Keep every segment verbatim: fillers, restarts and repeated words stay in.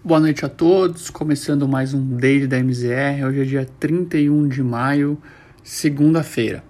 Boa noite a todos, começando mais um Daily da M Z R, hoje é dia trinta e um de maio, segunda-feira.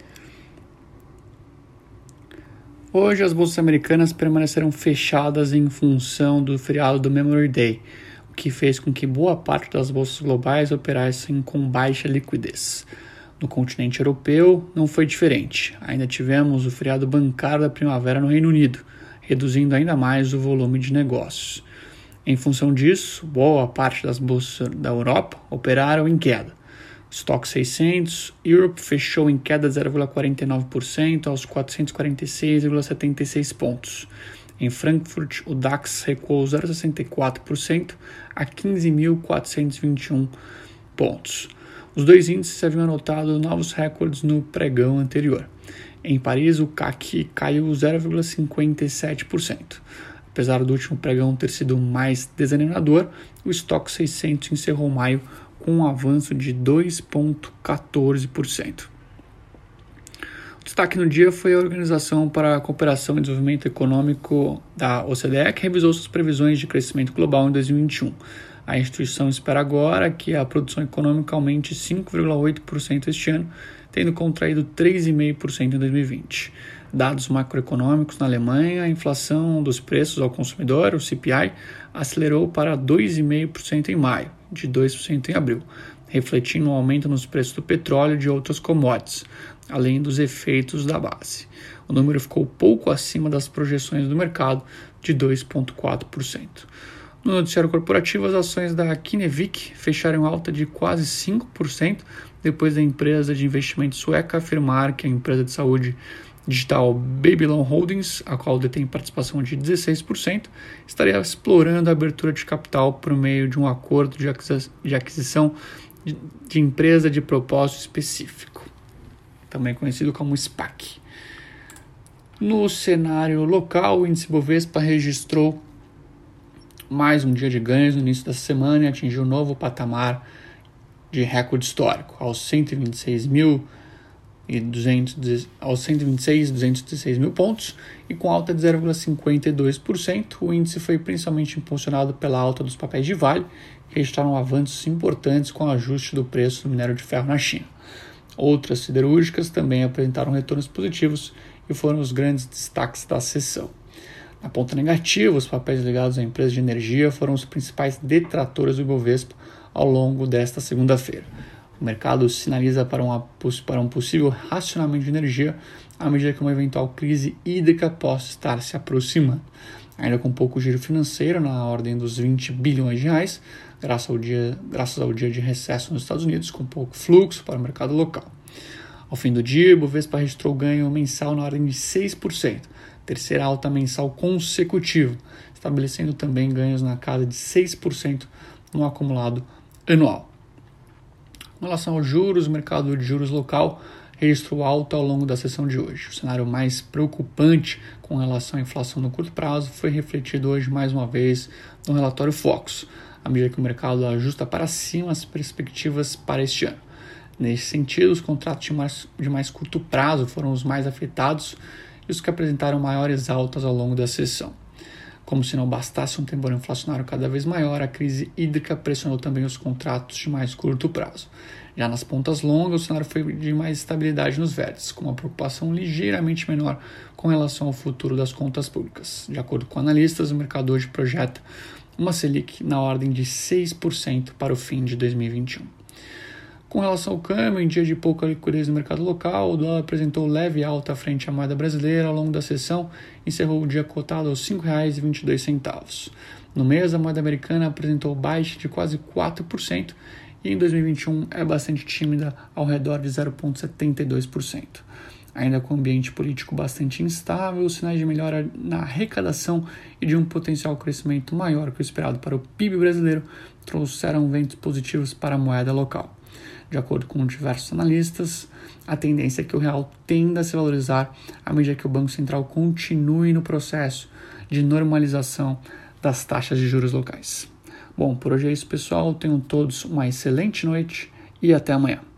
Hoje as bolsas americanas permaneceram fechadas em função do feriado do Memory Day, o que fez com que boa parte das bolsas globais operassem com baixa liquidez. No continente europeu não foi diferente, ainda tivemos o feriado bancário da primavera no Reino Unido, reduzindo ainda mais o volume de negócios. Em função disso, boa parte das bolsas da Europa operaram em queda. O Stoxx seiscentos Europe fechou em queda de zero vírgula quarenta e nove por cento aos quatrocentos e quarenta e seis vírgula setenta e seis pontos. Em Frankfurt, o DAX recuou zero vírgula sessenta e quatro por cento a quinze mil quatrocentos e vinte e um pontos. Os dois índices haviam anotado novos recordes no pregão anterior. Em Paris, o C A C caiu zero vírgula cinquenta e sete por cento. Apesar do último pregão ter sido mais desanimador, o Stoxx seiscentos encerrou maio com um avanço de dois vírgula quatorze por cento. O destaque no dia foi a Organização para a Cooperação e Desenvolvimento Econômico da O C D E, que revisou suas previsões de crescimento global em dois mil e vinte e um. A instituição espera agora que a produção econômica aumente cinco vírgula oito por cento este ano, tendo contraído três vírgula cinco por cento em dois mil e vinte. Dados macroeconômicos na Alemanha, a inflação dos preços ao consumidor, o C P I, acelerou para dois vírgula cinco por cento em maio, de dois por cento em abril, refletindo um aumento nos preços do petróleo e de outras commodities, além dos efeitos da base. O número ficou pouco acima das projeções do mercado, de dois vírgula quatro por cento. No noticiário corporativo, as ações da Kinnevik fecharam alta de quase cinco por cento depois da empresa de investimento sueca afirmar que a empresa de saúde digital Babylon Holdings, a qual detém participação de dezesseis por cento, estaria explorando a abertura de capital por meio de um acordo de aquisição de, de empresa de propósito específico, também conhecido como SPAC. No cenário local, o índice Bovespa registrou mais um dia de ganhos no início da semana e atingiu um novo patamar de recorde histórico, aos cento e vinte e seis mil e duzentos, aos cento e vinte e seis mil duzentos e dezesseis mil pontos, e com alta de zero vírgula cinquenta e dois por cento. O índice foi principalmente impulsionado pela alta dos papéis de Vale, que registraram avanços importantes com o ajuste do preço do minério de ferro na China. Outras siderúrgicas também apresentaram retornos positivos e foram os grandes destaques da sessão. Na ponta negativa, os papéis ligados a empresas de energia foram os principais detratores do Ibovespa ao longo desta segunda-feira. O mercado sinaliza para, uma, para um possível racionamento de energia à medida que uma eventual crise hídrica possa estar se aproximando. Ainda com pouco giro financeiro, na ordem dos vinte bilhões de reais, graças ao dia, graças ao dia de recesso nos Estados Unidos, com pouco fluxo para o mercado local. Ao fim do dia, o Bovespa registrou ganho mensal na ordem de seis por cento, terceira alta mensal consecutiva, estabelecendo também ganhos na casa de seis por cento no acumulado anual. Em relação aos juros, o mercado de juros local registrou alta ao longo da sessão de hoje. O cenário mais preocupante com relação à inflação no curto prazo foi refletido hoje mais uma vez no relatório Focus, à medida que o mercado ajusta para cima as perspectivas para este ano. Nesse sentido, os contratos de mais, de mais curto prazo foram os mais afetados e os que apresentaram maiores altas ao longo da sessão. Como se não bastasse um temor inflacionário cada vez maior, a crise hídrica pressionou também os contratos de mais curto prazo. Já nas pontas longas, o cenário foi de mais estabilidade nos vértices, com uma preocupação ligeiramente menor com relação ao futuro das contas públicas. De acordo com analistas, o mercado hoje projeta uma Selic na ordem de seis por cento para o fim de dois mil e vinte e um. Com relação ao câmbio, em dia de pouca liquidez no mercado local, o dólar apresentou leve alta frente à moeda brasileira ao longo da sessão e encerrou o dia cotado aos cinco reais e vinte e dois centavos. No mês, a moeda americana apresentou baixa de quase quatro por cento e em dois mil e vinte e um é bastante tímida, ao redor de zero vírgula setenta e dois por cento. Ainda com o ambiente político bastante instável, os sinais de melhora na arrecadação e de um potencial crescimento maior que o esperado para o P I B brasileiro trouxeram ventos positivos para a moeda local. De acordo com diversos analistas, a tendência é que o real tenda a se valorizar à medida que o Banco Central continue no processo de normalização das taxas de juros locais. Bom, por hoje é isso, pessoal. Tenham todos uma excelente noite e até amanhã.